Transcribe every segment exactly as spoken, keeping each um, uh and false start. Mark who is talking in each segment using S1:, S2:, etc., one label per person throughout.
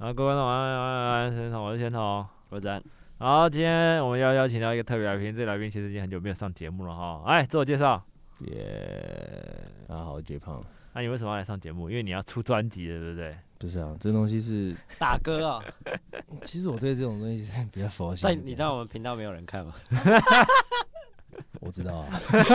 S1: 好，各位观众晚安，晚安，晚安，先头，我是先头，
S2: 我是詹。
S1: 好，今天我们要邀请到一个特别来宾，这个来宾其实已经很久没有上节目了哈。哎，自我介绍。
S3: 耶，大家好，我是绝胖。
S1: 那、啊、你为什么要来上节目？因为你要出专辑了，对不对？
S3: 不是啊，这东西是
S2: 大哥啊、
S3: 喔。其实我对这种东西是比较佛系。
S2: 但你知道我们频道没有人看吗？
S3: 我知道啊。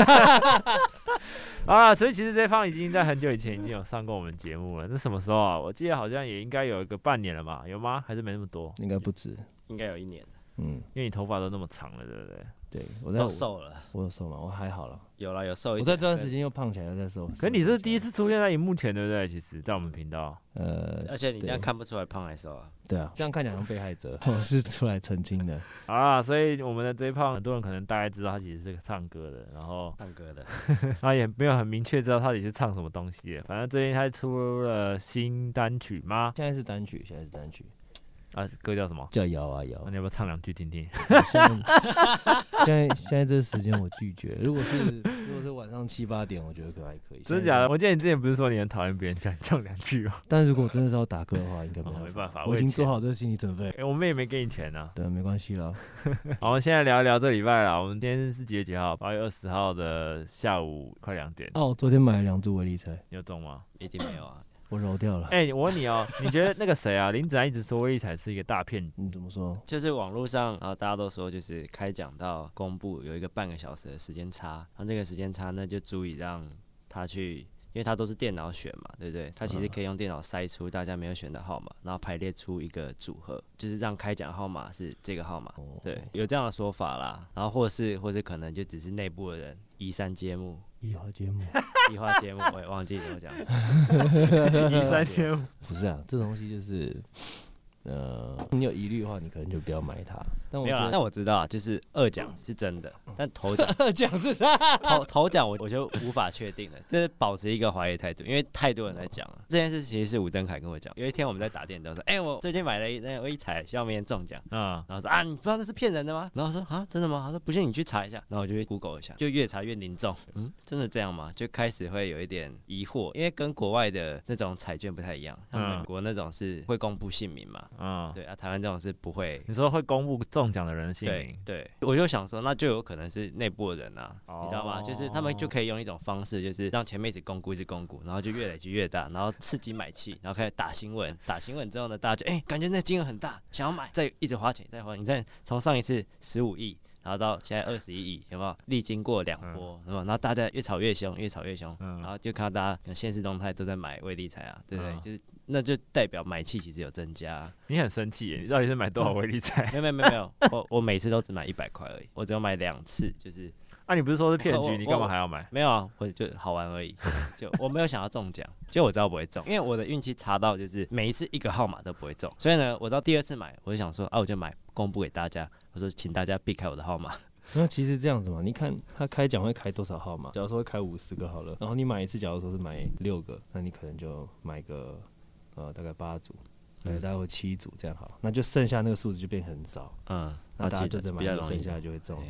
S1: 啊，所以其实这胖已经在很久以前已经有上过我们节目了。那什么时候啊？我记得好像也应该有一个半年了吧？有吗？还是没那么多？
S3: 应该不止，
S2: 应该有一年。
S3: 嗯，
S1: 因为你头发都那么长了，对不对？
S3: 对，我
S2: 都瘦了。
S3: 我有瘦吗？我还好了。
S2: 有了，有瘦一点。
S3: 我在这段时间又胖起来，又再瘦。
S1: 可是你是第一次出现在荧幕前，对不对？其实，在我们频道。
S3: 呃，
S2: 而且你这样看不出来胖还是瘦啊？
S3: 对啊，这样看起来像被害者。我是出来澄清的。
S1: 好啦，所以我们的这胖，很多人可能大概知道他其实是个唱歌的，然后
S2: 唱歌的，
S1: 他也没有很明确知道他到底是唱什么东西的。反正最近他出了新单曲吗？
S3: 现在是单曲，现在是单曲。
S1: 啊，歌叫什么？
S3: 叫摇啊摇。
S1: 那你要不要唱两句听听？
S3: 现在现在现在这时间我拒绝。如果是如果是晚上七八点，我觉得可还可以。
S1: 真的假的？我记得你之前不是说你很讨厌别人叫你唱两句吗？
S3: 但如果真的是要打歌的话，应该没办法。
S1: 哦、没办法，
S3: 我已经做好这个心理准备。
S1: 欸、我们也没给你钱啊。
S3: 对，没关系啦。
S1: 好，我们现在聊一聊这礼拜啦。我们今天是几月几号？八月二十号的下午快两点。
S3: 哦，我昨天买了两注威力彩，
S1: 你有中吗？
S2: 一定没有啊。
S3: 我揉掉了。
S1: 哎、欸，我问你哦、喔，你觉得那个谁啊，林子安一直说威力彩是一个大骗局？
S3: 你怎么说？
S2: 就是网络上，然后大家都说，就是开讲到公布有一个半个小时的时间差，然后这个时间差呢就足以让他去，因为他都是电脑选嘛，对不对？他其实可以用电脑筛出大家没有选的号码，然后排列出一个组合，就是让开奖号码是这个号码。对，有这样的说法啦。然后或是或是可能就只是内部的人移山揭幕。
S3: 移花接木，
S2: 移花接木，我也忘记怎么讲。
S1: 移山接木
S3: 不是啊，这东西就是，呃，你有疑虑的话，你可能就不要买它。但我
S2: 没有啦，那我知道，就是二奖是真的，但头奖
S3: 二奖是啥？
S2: 头头奖我我就无法确定了，这是保持一个怀疑态度，因为太多人在讲了。这件事其实是吴登凯跟我讲，有一天我们在打电动说，哎、欸，我最近买了一那威力彩，希望明天中奖。嗯，然后说啊，你不知道那是骗人的吗？然后说啊，真的吗？他说不信你去查一下。然后我就去 Google 一下，就越查越凝重。嗯，真的这样吗？就开始会有一点疑惑，因为跟国外的那种彩券不太一样，像美国那种是会公布姓名嘛。嗯，对啊，台湾这种是不会。
S1: 你说会公布中奖的人的姓名？
S2: 对，我就想说，那就有可能是内部的人啊，哦、你知道吗？就是他们就可以用一种方式，就是让前面一直公估，一直公估，然后就越累积越大，然后刺激买气，然后开始打新闻，打新闻之后呢，大家就哎、欸，感觉那金额很大，想要买，再一直花钱，再花钱，你再从上一次十五亿。然后到现在二十一亿，有没有？历经过两波，有没有？然后大家越炒越凶，越炒越凶，嗯、然后就看到大家现实动态都在买威力彩啊，对不对？嗯、就是那就代表买气其实有增加、啊。
S1: 你很生气耶，你到底是买多少威力彩？
S2: 没有没有没有没有，我我每次都只买一百块而已，我只有买两次，就是。
S1: 啊，你不是说是骗局，你干嘛还要买？
S2: 没有啊，我就好玩而已，就我没有想要中奖，就我知道不会中，因为我的运气差到就是每一次一个号码都不会中，所以呢，我到第二次买，我就想说啊，我就买公布给大家，我说请大家避开我的号码。
S3: 那其实这样子嘛，你看他开奖会开多少号码？假如说会开五十个好了，然后你买一次，假如说是买六个，那你可能就买个呃大概八组。对，大概会七组这样好，那就剩下那个数字就变很少，嗯，那大家就只买一个，剩下就会中。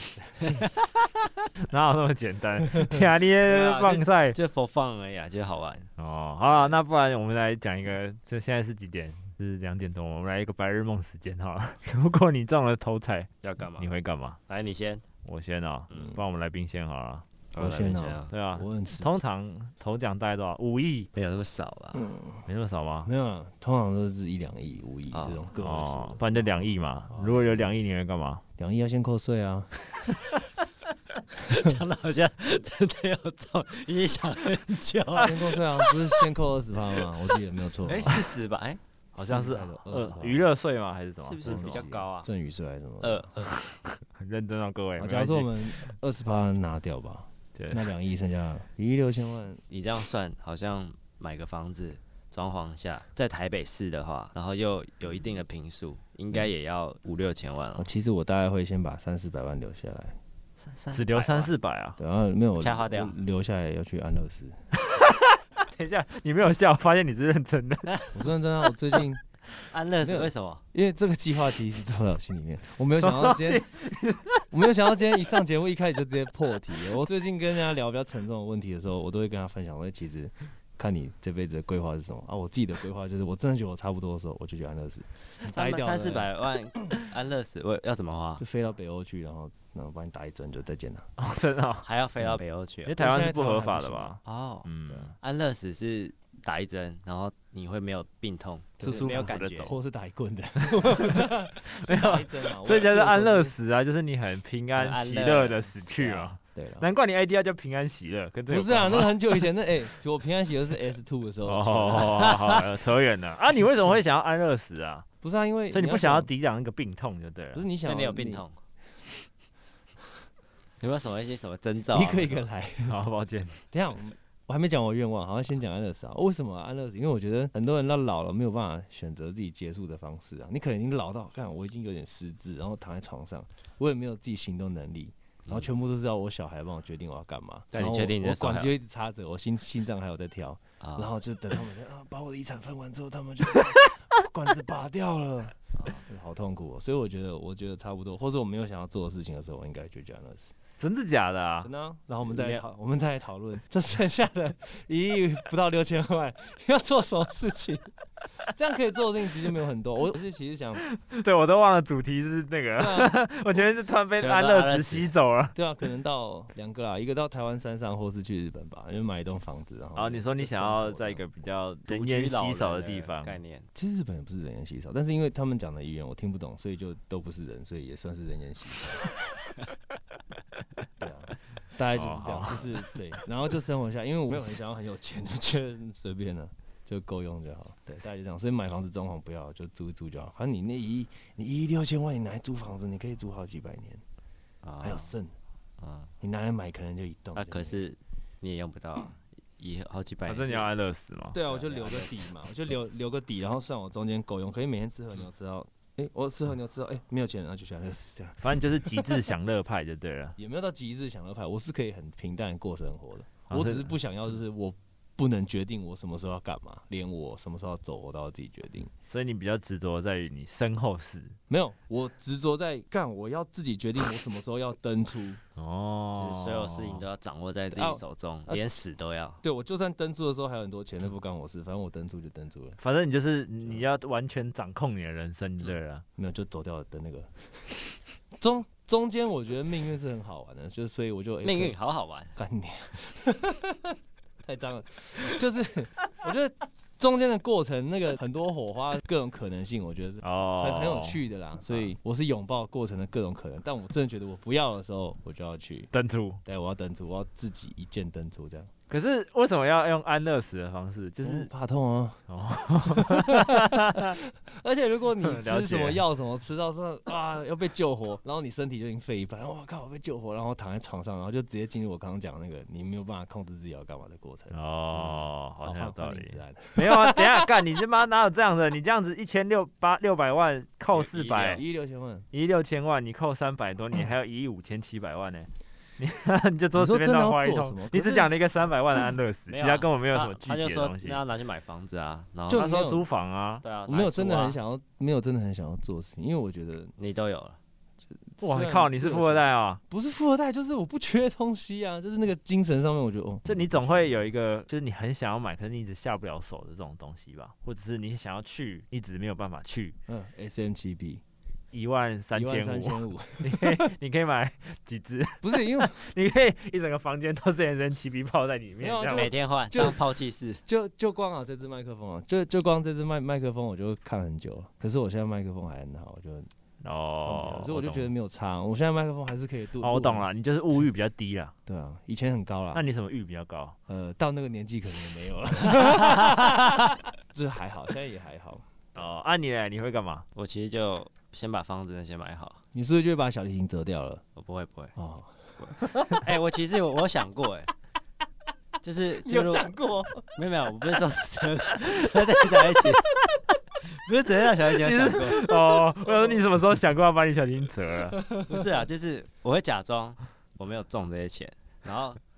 S1: 哪有那么简单？天你放赛
S2: 就 for fun 而已啊，就好玩。
S1: 哦，好了，那不然我们来讲一个，就现在是几点？是两点多，我们来一个白日梦时间好了。如果你中了头彩，
S2: 要干嘛？
S1: 你会干嘛？
S2: 来，你先，
S1: 我先啊、喔，嗯，不然我们来宾先好了。
S3: 我先啊，
S1: 对啊，
S3: 我很
S1: 通常头奖大概多少？五亿？
S2: 没有那么少啦，嗯，
S1: 没那么少吗？
S3: 没有啊，通常都是一两亿、五亿这种个位数、哦，
S1: 不然就两亿嘛。哦、如果有两亿，你会干嘛？
S3: 两亿要先扣税啊。
S2: 讲的好像真的有中，已经想很久了。
S3: 先扣税啊，不是先扣二十趴吗？我记得没有错。
S2: 哎，四十吧？哎，
S1: 好像是呃娱乐税吗？还是什么？
S2: 是不是比较高啊？
S3: 赠与税还是什么？
S2: 二二，
S1: 很认真哦，各位。
S3: 假如说我们二十趴拿掉吧。那两亿剩下一亿六千万，
S2: 你这样算好像买个房子装潢下，在台北市的话，然后又有一定的坪数，应该也要五六千万了、哦。
S3: 其实我大概会先把三四百万留下来，
S1: 只留三四百啊？
S3: 对，然后没有
S2: 掐花掉，
S3: 留下来要去安乐死。
S1: 等一下，你没有笑，我发现你是认真的。
S3: 我是认真啊，我最近。
S2: 安乐死为什么？
S3: 因为这个计划其实是做在我心里面，我没有想到今天，我没有想到今天一上节目一开始就直接破题。我最近跟人家聊比较沉重的问题的时候，我都会跟他分享，我其实看你这辈子的规划是什么啊。我自己的规划就是，我真的觉得我差不多的时候，我就去安乐死。
S2: 三三四百万安乐死，我要怎么花？
S3: 就飞到北欧去，然后然后帮你打一针，就再见了。
S1: 哦，真的、哦、
S2: 还要飞到北欧去、哦？
S1: 因为台湾是不合法的吧？
S2: 哦，
S1: 嗯，
S2: 安乐死是打一针，然后你会没有病痛，就是没有感觉，
S3: 或是打一棍的，
S1: 没有，所以叫做安乐死啊，就是你很平安喜乐的死去嘛。
S3: 对了，
S1: 难怪你 A D 要叫平安喜乐，跟这
S3: 不是啊，那个很久以前，那哎、欸，我平安喜乐是 S 二 的时候。
S1: 哦，好，好，扯远了啊！你为什么会想要安乐死啊？
S3: 不是啊，因为
S1: 所以你不想要抵挡那个病痛就对了。
S3: 不是你想，
S2: 你有病痛。有没有什么一些什么征兆、啊？
S3: 一个一个来。
S1: 好，抱歉。
S3: 等一下，我还没讲我愿望，好像先讲安乐死啊。为什么、啊、安乐死？因为我觉得很多人到老了没有办法选择自己结束的方式啊。你可能已经老到，看我已经有点失智，然后躺在床上，我也没有自己行动能力。然后全部都是要我小孩帮我决定我要干嘛，
S2: 但你确定你
S3: 我管子就一直插着，我心心脏还有在跳，
S2: 啊、
S3: 然后就等他们啊把我的遗产分完之后，他们就管子拔掉了，好痛苦哦。所以我觉得，我觉得差不多，或者我没有想要做的事情的时候，我应该就这样了。
S1: 真的假的啊？
S3: 真的、啊。然后我们再讨，我们再来讨论这剩下的一亿不到六千万要做什么事情。这样可以做的事情其实没有很多，我是其实想，
S1: 对我都忘了主题是那个，啊、我前面就突然被安乐死吸走了。
S3: 对啊，可能到两个啦，一个到台湾山上，或是去日本吧，因为买一栋房子。然后，
S1: 然后你说你想要在一个比较人烟稀少的地方，
S2: 概念。
S3: 其实日本也不是人烟稀少，但是因为他们讲的语言我听不懂，所以就都不是人，所以也算是人烟稀少。对啊，大概就是这样，就是对，然后就生活下，因为我没有很想要很有钱，就觉得随便了。就够用就好，对，大概就这样。所以买房子装潢不要，就租一租就好。反正你那一你一亿六千万，你拿来租房子，你可以租好几百年，啊、还有剩，啊，你拿来买可能就一栋。
S2: 啊，可是你也用不到，以好几百年。
S1: 反正你要安乐死嘛。
S3: 对啊，我就留个底嘛，我就留留个底，然后算我中间够用，可以每天吃和牛吃到，哎、欸，我吃和牛吃到，哎、欸，没有钱，然后就去安乐死这样。
S1: 反正就是极致享乐派就对了。
S3: 也没有到极致享乐派，我是可以很平淡过生活的，啊、我只是不想要，就是我。不能决定我什么时候要干嘛，连我什么时候要走，我都要自己决定。
S1: 所以你比较执着在于你身后事。
S3: 没有，我执着在干，我要自己决定我什么时候要登出。
S2: 哦，就是所有事情都要掌握在自己手中，啊、连死都要。
S3: 对，我就算登出的时候还有很多钱，那不干我事，反正我登出就登出了。
S1: 反正你就是你要完全掌控你的人生，对了、嗯。
S3: 没有，就走掉的那个中中间，我觉得命运是很好玩的，就所以我就、欸、
S2: 命运好好玩，
S3: 干你。太脏了，就是我觉得中间的过程那个很多火花、各种可能性，我觉得是很很有趣的啦。所以我是拥抱过程的各种可能，但我真的觉得我不要的时候，我就要去
S1: 登出。
S3: 对，我要登出，我要自己一键登出这样。
S1: 可是为什么要用安乐死的方式？就是、
S3: 嗯、怕痛啊。
S1: 哦。
S3: 而且如果你吃什么药什么，吃到这啊要被救活，然后你身体就已经废一半，哇靠，我被救活，然后躺在床上，然后就直接进入我刚刚讲那个你没有办法控制自己要干嘛的过程。
S1: 哦，好像有道理。
S3: 没
S1: 有啊，等一下干，你他妈哪有这样的？你这样子一千六八六百万扣四百，
S3: 一亿六千万，
S1: 一亿六千万，你扣三百多，你还有一亿五千七百万呢、欸。你你就说这边
S3: 乱
S1: 花一通，你只讲了一个三百万的安乐死，其他根本没有什么具体的东西。
S2: 他就说那要拿去买房子啊，然后
S1: 就他说租房啊，
S2: 对啊，
S3: 我没有真的很想要，没有真的很想要做事情，因为我觉得
S2: 你都有了。
S1: 哇靠，你是富二代啊？
S3: 不是富二代，就是我不缺东西啊，就是那个精神上面，我觉得哦，
S1: 就你总会有一个，就是你很想要买，可是你一直下不了手的这种东西吧，或者是你想要去，一直没有办法去。
S3: 嗯 ，S M 七 B。
S1: 一万三千五，你可以你可以买几只？
S3: 不是因为
S1: 你可以一整个房间都是 S M 七 B 泡在里面，
S2: 就每天换，就抛弃式。
S3: 就就光啊这支麦克风啊，就就光这支麦麦克风我就看很久了，可是我现在麦克风还很好，我就
S1: 哦，
S3: 所以我就觉得没有差。我现在麦克风还是可以度。
S1: 哦，我懂了，你就是物欲比较低啦。
S3: 对啊，以前很高啦。
S1: 那你什么欲比较高？
S3: 呃，到那个年纪可能也没有了。这还好，现在也还好。
S1: 哦，按、啊、你嘞，你会干嘛？
S2: 我其实就。先把房子那些买好，
S3: 你是不是就会把小提琴折掉了？
S2: 我不会不会
S3: 哦，
S2: 哎、欸，我其实有我想过哎、欸，就是
S3: 你有想过？
S2: 没有没有，我不是说折折掉小提琴，不是折掉小提琴，我想过
S1: 哦。我说你什么时候想过要把你小提琴折了？
S2: 不是啊，就是我会假装我没有中这些钱，然后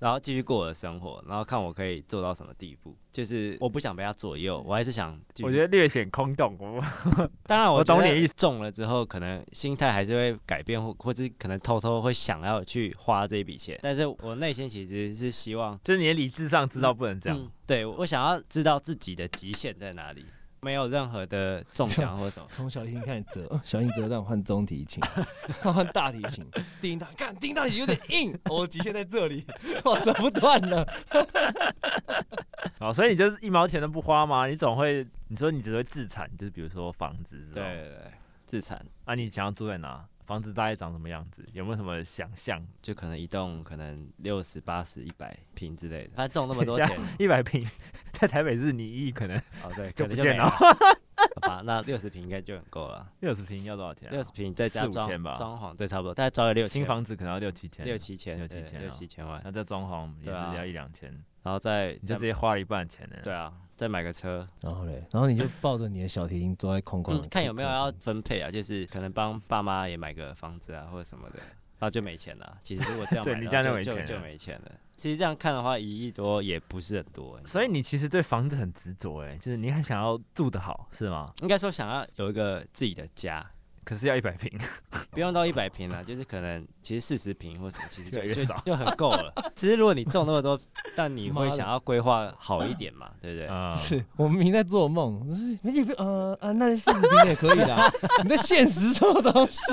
S2: 然后继续过我的生活，然后看我可以做到什么地步。就是我不想被他左右，我还是想。
S1: 我觉得略显空洞。
S2: 当然我，
S1: 我懂你意思。
S2: 中了之后，可能心态还是会改变，或或是可能偷偷会想要去花这一笔钱。但是我内心其实是希望，
S1: 就是你的理智上知道不能这样。嗯、
S2: 对，我想要知道自己的极限在哪里。没有任何的中奖或什么。
S3: 从小提琴开始折，小提琴折让换中提琴，换大提琴，低音大，看低音大提琴有点硬，我极限在这里，我折不断了。
S1: 好，所以你就是一毛钱都不花吗？你总会，你说你只会自产，就是比如说房子，
S2: 对对对，自产。
S1: 啊，你想要住在哪？房子大概长什么样子？有没有什么想象？
S2: 就可能一栋可能六十八十一百平之类的，他中那么多钱，
S1: 一百平在台北市你一可能
S2: 哦对，
S1: 就
S2: 不见了。好吧，那六十平应该就很够了。
S1: 六十平要多少钱、啊？
S2: 六十平再加装装潢，对，差不多，大概招了六千。
S1: 新房子可能要六七千，
S2: 六七千，
S1: 六七千，
S2: 六七千万。
S1: 那再装潢也是要一两千，
S2: 然后再
S1: 你就直接花了一半钱了。
S2: 对啊。再买个车，
S3: 然后嘞，然后你就抱着你的小提琴坐在空旷的、
S2: 嗯，看有没有要分配啊，就是可能帮爸妈也买个房子啊，或者什么的，然后就没钱了。其实如果这样买，
S1: 对你这样就没钱了，
S2: 就就没钱了。其实这样看的话，一亿多也不是很多。
S1: 所以你其实对房子很执着，哎，就是你很想要住得好，是吗？
S2: 应该说想要有一个自己的家。
S1: 可是要一百平，
S2: 不用到一百平啦，就是可能其实四十平或什么，其实就
S1: 就
S2: 就, 就很够了。其实如果你中那么多，但你会想要规划好一点嘛，对不对？
S3: 嗯、是我明明在做梦，是呃啊，那四十平也可以啦。你在现实什么东西？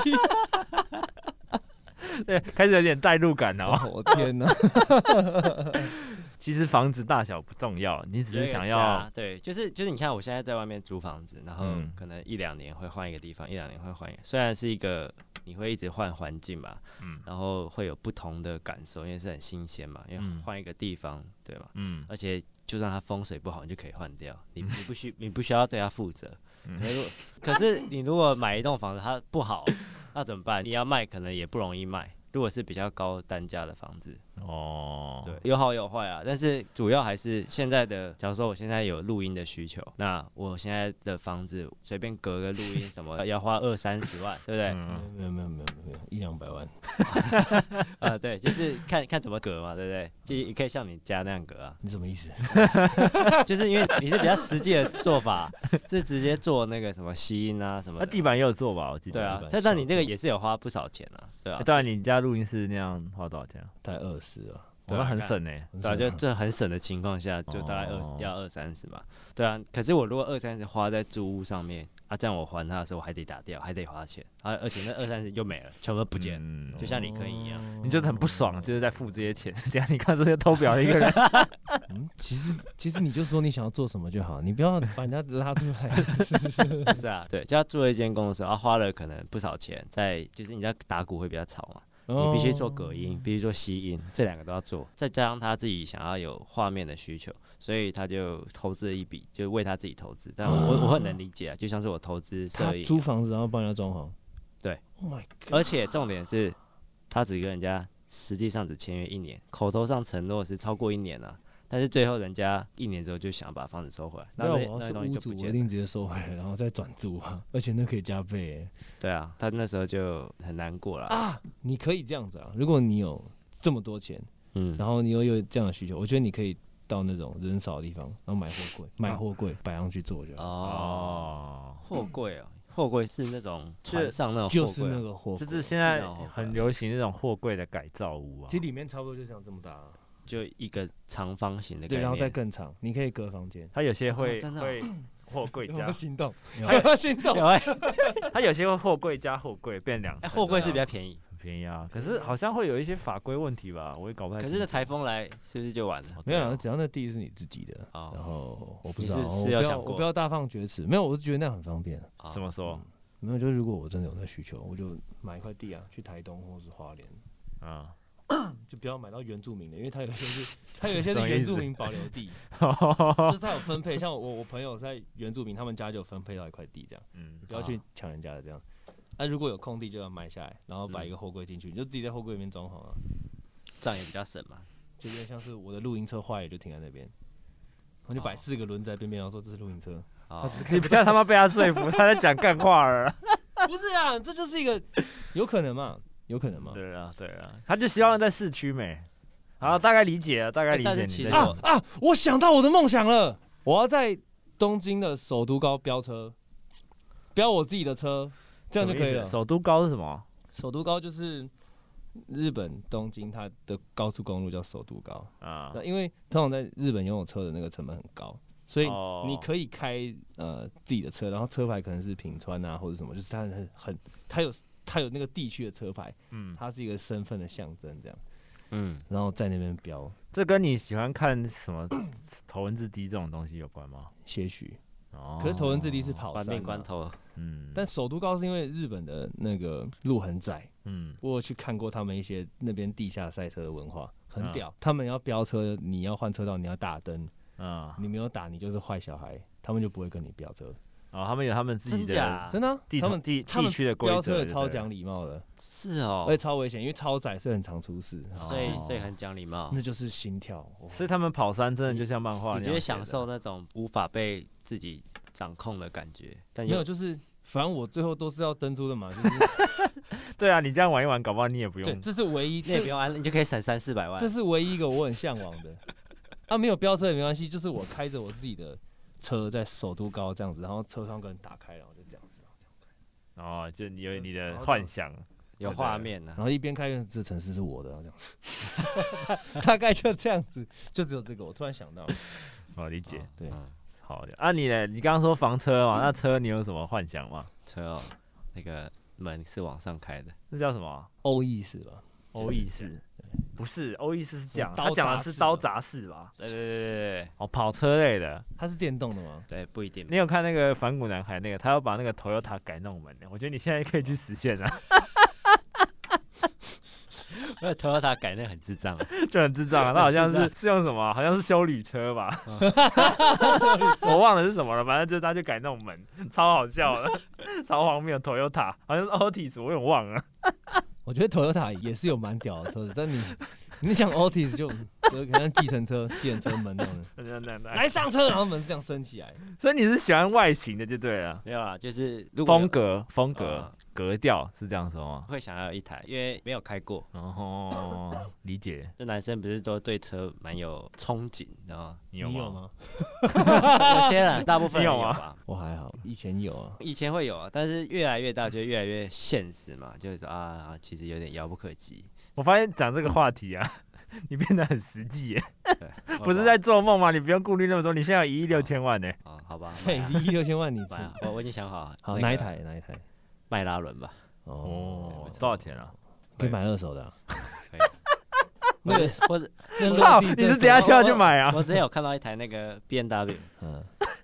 S1: 对，开始有点代入感了。
S3: 我、哦、天哪！
S1: 其实房子大小不重要，你只是想要
S2: 对，就是就是你看我现在在外面租房子，然后可能一两年会换一个地方，一两年会换一个，虽然是一个你会一直换环境嘛，嗯，然后会有不同的感受，因为是很新鲜嘛，因为换一个地方，对吧？嗯，而且就算它风水不好，你就可以换掉，你你不需你不需要对它负责。可是可是你如果买一栋房子它不好，那怎么办？你要卖可能也不容易卖。如果是比较高单价的房子，哦，对，有好有坏啊，但是主要还是现在的，假如说我现在有录音的需求，那我现在的房子随便隔个录音什么，要花二三十万，对不对？
S3: 嗯、没有没有没有没有一两百万，
S2: 啊，对，就是看看怎么隔嘛，对不对？就也可以像你家那样隔啊。
S3: 你什么意思？
S2: 就是因为你是比较实际的做法，是直接做那个什么吸音啊什么的。
S1: 那地板也有做吧？我记得。
S2: 对啊，但但你那个也是有花不少钱啊，对啊。
S1: 欸、对啊，你家录音室那样花多少钱啊？
S3: 大概二十啊，
S1: 我那很省哎、欸，
S2: 对啊，就这很省的情况下，就大概二、哦、要二三十嘛。对啊，可是我如果二三十花在租屋上面啊，这样我还他的时候我还得打掉，还得花钱啊，而且那二三十就没了，全部不见，嗯、就像你可以一样。
S1: 你就是很不爽，就是在付这些钱。等下你看这些偷表的一个人，
S3: 嗯，其实其实你就说你想要做什么就好，你不要把人家拉出来。
S2: 不是啊，对，就要做一间公司，啊，花了可能不少钱，在就是你在打鼓会比较吵嘛。你必须做隔音，必须做吸音，这两个都要做，再加上他自己想要有画面的需求，所以他就投资了一笔，就为他自己投资。但我我很能理解啊，就像是我投资摄影，
S3: 租房子然后帮人家装潢，
S2: 对
S3: ，Oh my God，
S2: 而且重点是，他只跟人家实际上只签约一年，口头上承诺是超过一年啊。但是最后人家一年之后就想把房子收回来，
S3: 那我要是屋主，我一定直接收回来，然后再转租啊，而且那可以加倍、欸。
S2: 对啊，他那时候就很难过了
S3: 啊！你可以这样子啊，如果你有这么多钱，嗯，然后你又有这样的需求，我觉得你可以到那种人少的地方，然后买货柜，买货柜摆上去做就好。
S2: 哦，货柜啊。货柜是那种船上那种货柜、啊，
S3: 就是那个货柜，
S1: 就是现在很流行那种货柜的改造屋啊。
S3: 其实里面差不多就像这么大、啊。
S2: 就一个长方形的概念，
S3: 对，然后再更长，你可以隔房间。
S1: 它有些会、
S2: 哦、
S1: 会货柜加，
S3: 有没有心动？有没有心动？
S2: 有哎、
S1: 它有些会货柜加货柜变两层。
S2: 货柜是比较便宜，
S1: 很便宜啊。可是好像会有一些法规问题吧，我也搞不太清楚。
S2: 可是那台风来是不是就完了？
S3: 没有，只要那地是你自己的，哦、然后我不知道，
S2: 是是要想过
S3: 我不要大放厥词。没有，我就觉得那很方便。
S1: 怎、哦、么说、
S3: 嗯？没有，就是如果我真的有那需求，我就买一块地啊，去台东或是花莲啊。就不要买到原住民的，因为它有些是，它有些是原住民保留地，就是它有分配。像我我朋友在原住民，他们家就有分配到一块地这样，嗯，不要去抢人家的这样。那、啊、如果有空地就要买下来，然后摆一个货柜进去，你就自己在货柜里面装潢啊，
S2: 这样也比较省嘛。
S3: 就有点像是我的露营车坏了就停在那边，我就摆四个轮子在边边，然后说这是露营车。
S1: 哦、你不要他妈被他说服，他在讲干话了。
S3: 不是啊，这就是一个有可能嘛。有可能吗？
S1: 对啊，对啊，他就希望在市区没。 好，大概理解了，大概理解你的
S3: 啊啊！我想到我的梦想了，我要在东京的首都高飙车，飙我自己的车，这样就可以了。
S1: 首都高是什么？
S3: 首都高就是日本东京它的高速公路叫首都高啊。那因为通常在日本拥有车的那个成本很高，所以你可以开呃自己的车，然后车牌可能是品川啊或者什么，就是它很很它有它有那个地区的车牌，嗯，它是一个身份的象征这样。嗯，然后在那边飙，
S1: 这跟你喜欢看什么头文字 D 这种东西有关吗？
S3: 些许，哦，可是头文字 D 是跑山，
S2: 关命关头，
S3: 嗯，但首都高是因为日本的那个路很窄，嗯，我有去看过他们一些那边地下赛车的文化，很屌，嗯、他们要飙车，你要换车道，你要打灯，啊、嗯，你没有打，你就是坏小孩，他们就不会跟你飙车。
S1: 哦，他们有他们自己的
S3: 真的、啊，
S1: 地
S3: 他们
S1: 地
S3: 地
S1: 区的规则，
S3: 飙车也超讲礼貌的，
S2: 是哦，
S3: 而且超危险，因为超窄，所以很常出事，
S2: 所以所以很讲礼貌，
S3: 那就是心跳。
S1: 所以他们跑山真的就像漫画，
S2: 你觉得享受那种无法被自己掌控的感觉？但
S3: 没有，就是反正我最后都是要登出的嘛，就是。
S1: 对啊，你这样玩一玩，搞不好你也不用。
S3: 对，这是唯一，
S2: 你也不用安，你就可以省三四百万。
S3: 这是唯一一个我很向往的。啊，没有飙车也没关系，就是我开着我自己的。车在首都高这样子，然后车窗跟大开，然后就这样子，然后这样开。
S1: 哦，就你有你的幻想，
S2: 有画面呢、啊。
S3: 然后一边开，这城市是我的，然后这样子。大概就这样子，就只有这个。我突然想到，
S1: 哦，理解，
S3: 对，
S1: 嗯、好的。啊你，你呢？你刚刚说房车嘛，那车你有什么幻想吗？
S2: 车哦，那个门是往上开的，
S1: 那叫什么？
S3: 欧意式吧？
S1: 欧意式。不是，欧意式是这样，他讲的是刀闸式吧？
S2: 对对对对对，
S1: 哦，跑车类的，
S3: 它是电动的吗？
S2: 对，不一定。
S1: 你有看那个反骨男孩那个，他要把那个 Toyota 改弄门的，我觉得你现在可以去实现啊。
S2: 那 Toyota 改那很智障，
S1: 就很智障啊！他好像是是用什么？好像是休旅车吧？我忘了是什么了，反正就他就改那种门，超好笑的，超荒谬。Toyota 好像是 Otis， 我有点忘了。
S3: 我觉得 Toyota 也是有蛮屌的车子，但你你讲 Otis 就可能计程车、计程车门那种，来上车，然后门是这样升起来。
S1: 所以你是喜欢外形的就对了。
S2: 没有啊，就是
S1: 风格、风格、呃、格调是这样说吗？
S2: 会想要有一台，因为没有开过。
S1: 哦，理解。
S2: 这男生不是都对车蛮有憧憬的吗？
S1: 你有
S3: 吗？
S2: 有些人，大部分人有吧。
S3: 我还好，以前有啊，
S2: 以前会有啊，但是越来越大就越来越现实嘛，就是说啊，其实有点遥不可及。
S1: 我发现讲这个话题啊，你变得很实际耶，不是在做梦吗？你不用顾虑那么多，你现在有一亿六千万呢。
S2: 哦，好吧，
S3: 嘿，一亿六千万你吃，
S2: 我我已经想好了。
S3: 好，哪一台？哪一台？
S2: 迈拉伦吧。
S1: 哦，多少钱啊？
S3: 可以买二手的、啊。
S2: 可以。那个或者，
S1: 操，你是等下跳去买啊？
S2: 我之前有看到一台那个 B M W， 嗯，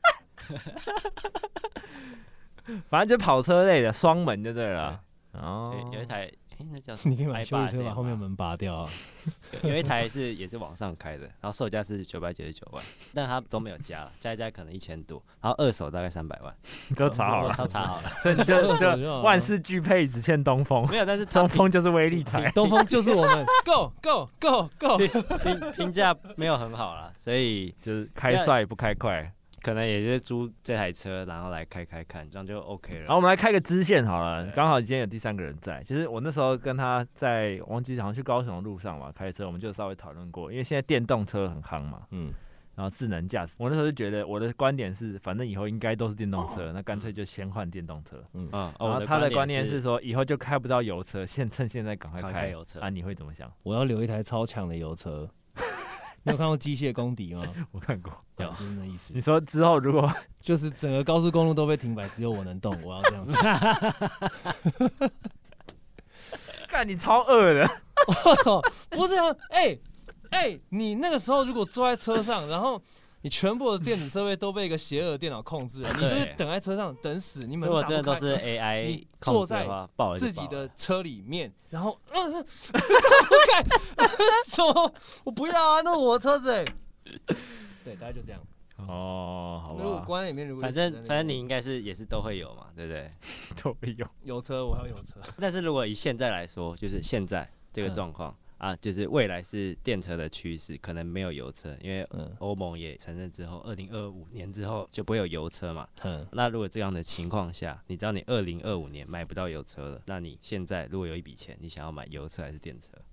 S1: 反正就跑车类的，双门就对了。哦，
S2: 有一台，哎，那叫什么？
S3: 你可以买修理车把后面门拔掉啊。
S2: 有一台是也是往上开的，然后售价是九百九十九万，但它都没有加了，加一加可能一千多，然后二手大概三百万，
S1: 都查好了，
S2: 都查好了，
S1: 所以你就就万事俱备，只欠东风。
S2: 没有，但是
S1: 东风就是威力彩，
S3: 东风就是我们 ，Go Go Go Go，
S2: 评评价没有很好啦，所以
S1: 就是开帅不开快。
S2: 可能也就是租这台车，然后来开开看，这样就 OK 了。
S1: 然后我们来开个支线好了，刚好今天有第三个人在。其实我那时候跟他在忘记好像去高雄的路上嘛，开车我们就稍微讨论过，因为现在电动车很夯嘛，嗯，然后智能驾驶，我那时候就觉得我的观点是，反正以后应该都是电动车，那干脆就先换电动车。嗯，然后他的观念是说，以后就开不到油车，现趁现在赶快开
S2: 油车
S1: 啊！你会怎么想？
S3: 我要留一台超强的油车。你有看过《机械公敌》吗？
S1: 我看过，
S3: 有就是那意思。
S1: 你说之后如果
S3: 就是整个高速公路都被停摆，只有我能动，我要这样子。
S1: 看你超恶的，
S3: 不是啊？哎、欸、哎、欸，你那个时候如果坐在车上，然后你全部的电子设备都被一个邪恶的电脑控制了，你就是等在车上等死，你门打不开。
S2: 如果真的都是 A I，
S3: 你坐在自己的车里面，然后嗯，打不开，什么？我不要啊，那是我的车子哎。对，大概就这样。
S1: 哦，好吧。
S3: 如果关在里面，如果
S2: 反正反正你应该是也是都会有嘛，对不对？
S1: 都会有。
S3: 有车，我要有车。
S2: 但是如果以现在来说，就是现在这个状况。嗯啊，就是未来是电车的趋势，可能没有油车，因为欧盟也承认之后，二零二五年之后就不会有油车嘛。嗯，那如果这样的情况下，你知道你二零二五年买不到油车了，那你现在如果有一笔钱，你想要买油车还是电车？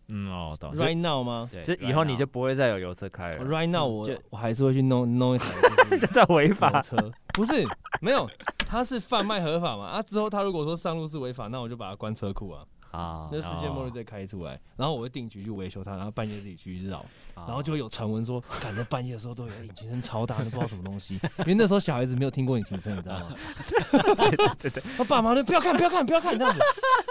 S1: 嗯哦，懂。
S3: Right now 吗？
S2: 对，
S1: 就以后你就不会再有油车开了。
S3: Right now 我我还是会去弄弄一台，就是
S1: 在违法
S3: 车，不是没有，他是贩卖合法嘛？啊，之后他如果说上路是违法，那我就把他关车库啊。啊，那世界末日再开出来，然后我会定期去维修它，然后半夜自己去绕，然后就会有传闻说，赶在半夜的时候都有引擎声超大，都不知道什么东西，因为那时候小孩子没有听过引擎声，你知道吗？对对对，他爸妈就不要看，不要看，不要看这样子。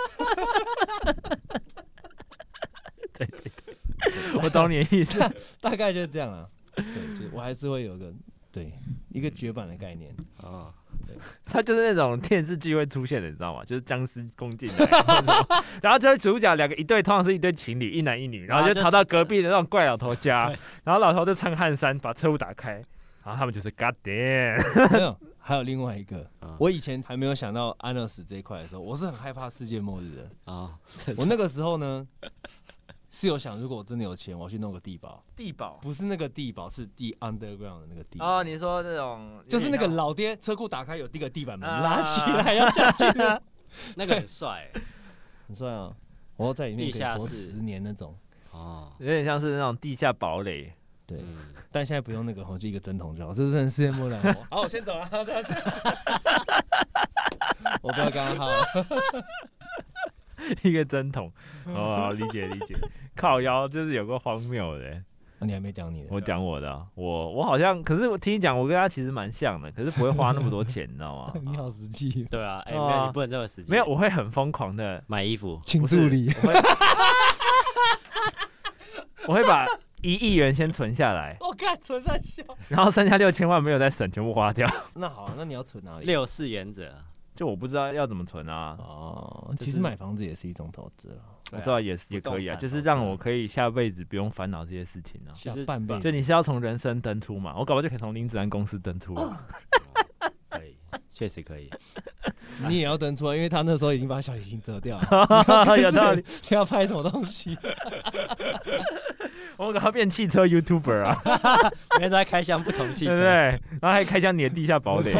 S1: 对对对，我懂你的意思，
S3: 大概就是这样啊。对，就我还是会有个对一个绝版的概念啊。
S1: 他就是那种电视剧会出现的，你知道吗？就是僵尸攻进来，然后这主角两个一对，通常是一对情侣，一男一女，然后就逃到隔壁的那种怪老头家，然后老头就穿汗衫把车库打开，然后他们就是 God damn。
S3: 没有，还有另外一个，我以前还没有想到安乐死这一块的时候，我是很害怕世界末日的啊。我那个时候呢。是有想，如果我真的有钱，我要去弄个地堡。
S1: 地堡
S3: 不是那个地堡，是地 underground 的那个地堡。
S1: 哦，你说这种，
S3: 就是那个老爹车库打开有第一个地板门，拉起来要下去的，
S2: 那个很帅，
S3: 很帅啊！我要在里面可以活十年那种。
S1: 哦，有点像是那种地下堡垒。
S3: 对，但现在不用那个，我就一个针筒就好。这是世界末日。好，我先走了。我不要刚好。
S1: 一个针筒，哦，理解理解，靠腰就是有个荒谬的、欸。
S3: 那、啊、你还没讲你的？
S1: 我讲我的、啊，我我好像，可是我听你讲，我跟他其实蛮像的，可是不会花那么多钱，你知道吗？
S3: 你好实际。
S2: 对啊，哎、欸，没有，你不能这么实际。
S1: 没有，我会很疯狂的
S2: 买衣服，
S3: 请助理。
S1: 我会, 我会把一亿元先存下来。
S3: 我看存上笑。
S1: 然后剩下六千万没有再省，全部花掉。
S3: 那好、啊，那你要存哪里？
S2: 六四原则。
S1: 就我不知道要怎么存啊。
S3: 哦，其实买房子也是一种投资了。
S1: 我知道也是也可以啊，就是让我可以下辈子不用烦恼这些事情啊。
S3: 就是半辈子，
S1: 就你是要从人生登出嘛，我搞不好就可以从林子安公司登出了。
S2: 可以，确实可以。
S3: 你也要登出啊，因为他那时候已经把小提琴折掉了。有道理。你要拍什么东西？
S1: 我搞他变汽车 YouTuber 啊，
S2: 每天都在开箱不同汽车，
S1: 对不对？然后还开箱你的地下堡垒。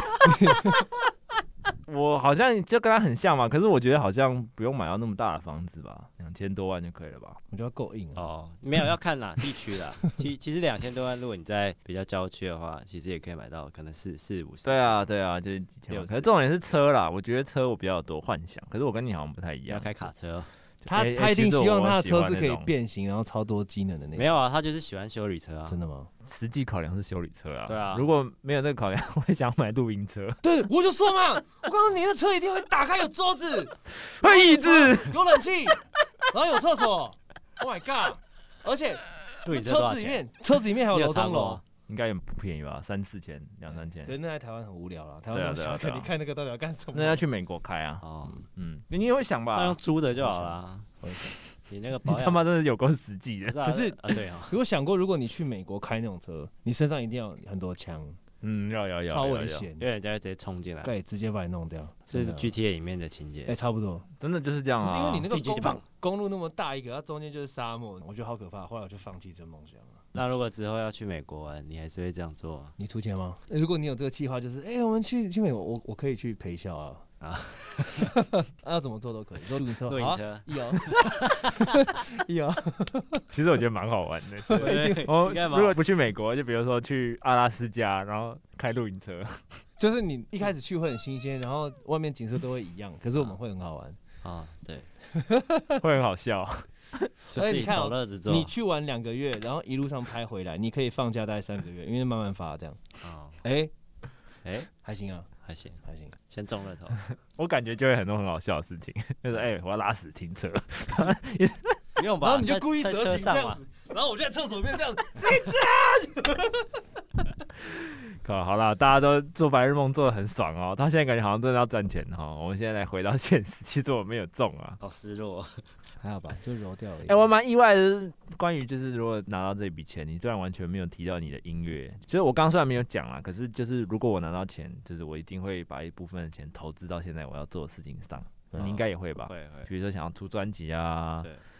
S1: 我好像就跟他很像嘛，可是我觉得好像不用买到那么大的房子吧，两千多万就可以了吧？
S3: 我觉得够硬
S2: 哦。没有要看啦，地区啦。其其实两千多万，如果你在比较郊区的话，其实也可以买到，可能四四五十。
S1: 对啊，对啊，就是几千万。可是重点是车啦，我觉得车我比较多幻想，可是我跟你好像不太一样。
S2: 要开卡车。
S3: 他他一定希望他的车是可以变形，然后超多机能的那种。
S2: 没有啊，他就是喜欢休旅车啊。
S3: 真的吗？
S1: 实际考量是休旅车啊。
S2: 对啊。
S1: 如果没有这个考量，我会想买露营车。
S3: 对，我就说嘛，我告诉你，的车一定会打开有桌子，
S1: 会椅子，
S3: 有冷气，然后有厕所。Oh my god！ 而且车子里面，车子里面还有楼中楼。
S1: 应该也不便宜吧，三四千，两三千。
S3: 可是那在台湾很无聊啦，台湾那么小，你看那个到底要干什么？
S1: 那要去美国开啊。哦，嗯，你也会想吧？
S2: 那用租的就好了。你那个保养，
S1: 你他妈真的有够实际的。
S3: 可是
S2: 啊，对啊。
S3: 如果想过，如果你去美国开那种车，你身上一定要有很多枪。
S1: 嗯，要要要，
S3: 超危险，
S2: 因为人家会直接冲进来，
S3: 对，直接把你弄掉。
S2: 这是 G T A 里面的情节。
S3: 哎，差不多，
S1: 真的就是这样啊。
S3: 是因为你那个公路公路那么大一个，它中间就是沙漠，我觉得好可怕。后来我就放弃这梦想了。
S2: 那如果之后要去美国玩，你还是会这样做啊？
S3: 你出钱吗？如果你有这个计划，就是哎、欸，我们去去美国，我我可以去陪笑啊啊，那要怎么做都可以。坐露营车，
S2: 露营车
S3: 有有。
S1: 其实我觉得蛮好玩的。我如果不去美国，就比如说去阿拉斯加，然后开露营车，
S3: 就是你一开始去会很新鲜，然后外面景色都会一样，可是我们会很好玩
S2: 啊，对，
S1: 会很好笑。
S3: 而且你看、喔，你去玩两个月，然后一路上拍回来，你可以放假大概三个月，因为慢慢发这样。哦，哎哎，还行啊，
S2: 还行
S3: 还行。
S2: 先中了头，
S1: 我感觉就会很多很好笑的事情，就是哎、欸，我要拉屎停车，
S2: 不用吧？
S3: 然后你就故意蛇形这样子，然后我就在厕所里面这样子，你这样。
S1: 好，好啦，大家都做白日梦做得很爽哦。他现在感觉好像真的要赚钱哈、哦。我们现在来回到现实，其实我没有中啊，
S2: 好失落。
S3: 还好吧，就揉掉而已。
S1: 哎、欸，我蛮意外的，关于就是如果拿到这笔钱，你虽然完全没有提到你的音乐，就是我刚刚虽然没有讲啦，可是就是如果我拿到钱，就是我一定会把一部分的钱投资到现在我要做的事情上。嗯、你应该也会吧？
S2: 会会。
S1: 比如说想要出专辑啊，
S2: 对，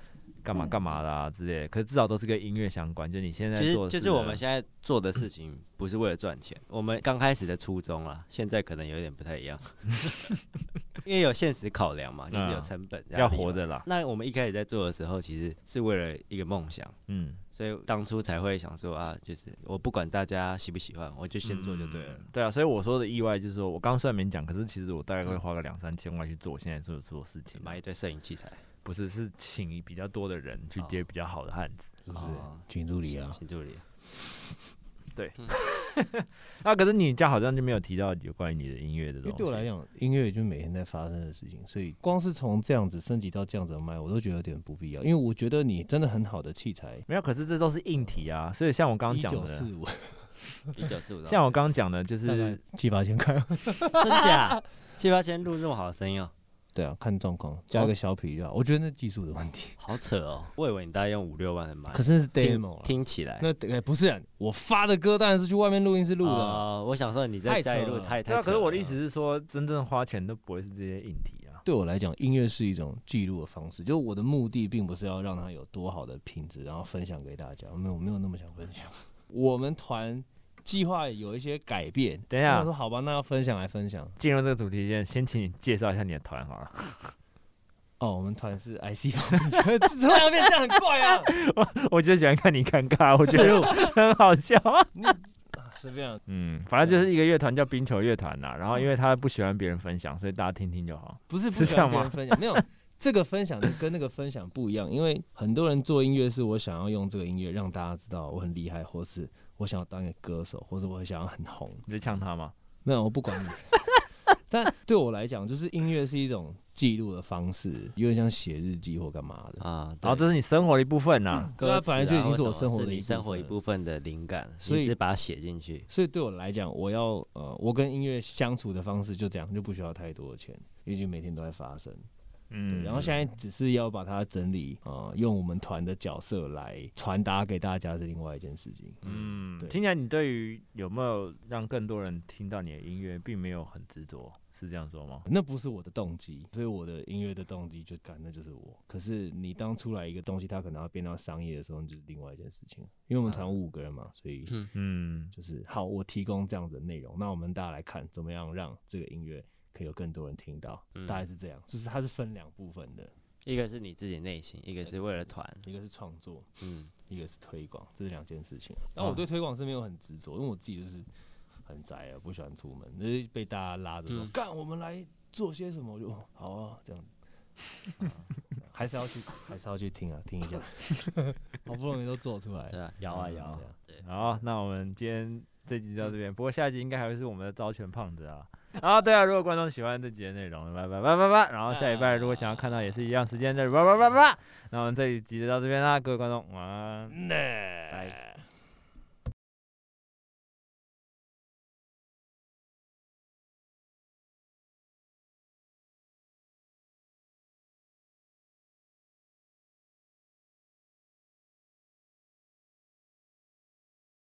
S1: 干嘛干嘛啦、啊、之类的，可是至少都是跟音乐相关。就你现在做的
S2: 就是就是我们现在做的事情不是为了赚钱，我们刚开始的初衷啦，现在可能有点不太一样，因为有现实考量嘛，就是有成本、
S1: 嗯、要活着啦。
S2: 那我们一开始在做的时候，其实是为了一个梦想，嗯，所以当初才会想说啊，就是我不管大家喜不喜欢，我就先做就对了。
S1: 嗯、对啊，所以我说的意外就是说我刚刚虽然没讲，可是其实我大概会花个两三千万去做我现在做做事情，
S2: 买一堆摄影器材。
S1: 不是，是请比较多的人去接比较好的案子，
S3: 是不是？请助理啊，
S2: 请助理。
S1: 对。那、啊、可是你这样好像就没有提到有关于你的音乐的东西。
S3: 因为对我来讲，音乐就是每天在发生的事情，所以光是从这样子升级到这样子的麦，我都觉得有点不必要。因为我觉得你真的很好的器材，
S1: 没有，可是这都是硬体啊。所以像我刚刚讲的，
S3: 一九四五，
S2: 一九四五，
S1: 像我刚刚讲的，就是
S3: 七八千块，
S2: 真假？七八千录这么好的声音哦。
S3: 对啊，看状况，加一个小皮就好。我觉得那技术的问题，
S2: 好扯哦。我以为你大概用五六万的麦，
S3: 可是是 demo，
S2: 听, 听起来
S3: 那、欸、不是、啊、我发的歌，当然是去外面录音室录的、啊
S2: 呃。我想说你在家里录太太扯了。
S1: 可是我的意思是说，真正花钱都不会是这些硬体啊。
S3: 对我来讲，音乐是一种记录的方式，就我的目的并不是要让它有多好的品质，然后分享给大家。我没有，我没有那么想分享。我们团计划有一些改变。
S1: 等一下，
S3: 我说好吧，那要分享来分享。
S1: 进入这个主题前，先请你介绍一下你的团好了。
S3: 哦，我们团是 I C 方面，觉得突然变这样很怪啊！
S1: 我我就喜欢看你尴尬，我觉得很好笑。
S3: 你啊，随便啊，
S1: 嗯，反正就是一个乐团叫冰球乐团呐。然后因为他不喜欢别人分享，所以大家听听就好。
S3: 不是不喜欢别人分享，没有这个分享跟那个分享不一样。因为很多人做音乐是我想要用这个音乐让大家知道我很厉害，或是我想要当一个歌手，或者我想要很红。
S1: 你在呛他吗？
S3: 没有，我不管你。但对我来讲，就是音乐是一种记录的方式，有点像写日记或干嘛的
S2: 啊。
S1: 然后这是你生活的一部分呐、啊，
S3: 对啊，本来就已经是我生活的一部分，
S2: 是你生活一部分的灵感，
S3: 所以
S2: 你只把它写进去。
S3: 所以对我来讲，我要呃，我跟音乐相处的方式就这样，就不需要太多的钱，因为每天都在发生。嗯，然后现在只是要把它整理，呃，用我们团的角色来传达给大家是另外一件事情。
S1: 嗯，听起来你对于有没有让更多人听到你的音乐，并没有很执着，是这样说吗？
S3: 那不是我的动机，所以我的音乐的动机就干，那就是我。可是你当出来一个东西，它可能要变到商业的时候，就是另外一件事情。因为我们团五个人嘛，所以嗯，就是好，我提供这样子的内容，那我们大家来看怎么样让这个音乐可以有更多人听到，嗯、大概是这样，就是它是分两部分的，
S2: 一个是你自己内心，一个是为了团，
S3: 一个是创作，
S2: 嗯，
S3: 一个是推广，这是两件事情。然后我对推广是没有很执着，因为我自己就是很宅啊，不喜欢出门，就是被大家拉着说，干、嗯，我们来做些什么，我就好啊，这样子、啊，还是要去，还是要去听啊，听一下，好不容易都做出来，
S2: 对啊，摇啊摇，
S1: 对，好，那我们今天这集到这边，不过下集应该还会是我们的招全胖子啊。啊，对啊，如果观众喜欢这集的内容，拜拜拜拜拜。然后下礼拜如果想要看到也是一样时间的，拜拜拜拜。那我们这一集就到这边啦，各位观众晚安，拜。